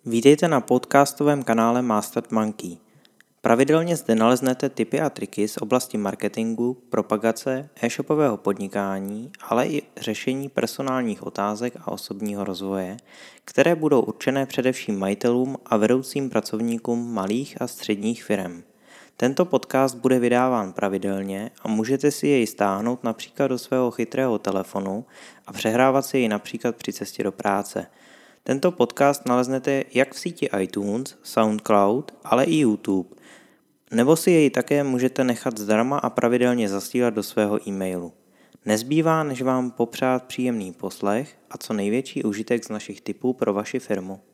Vítejte na podcastovém kanále Mastered Monkey. Pravidelně zde naleznete tipy a triky z oblasti marketingu, propagace, e-shopového podnikání, ale i řešení personálních otázek a osobního rozvoje, které budou určené především majitelům a vedoucím pracovníkům malých a středních firem. Tento podcast bude vydáván pravidelně a můžete si jej stáhnout například do svého chytrého telefonu a přehrávat si jej například při cestě do práce. Tento podcast naleznete jak v síti iTunes, SoundCloud, ale i YouTube, nebo si jej také můžete nechat zdarma a pravidelně zasílat do svého e-mailu. Nezbývá, než vám popřát příjemný poslech a co největší užitek z našich tipů pro vaši firmu.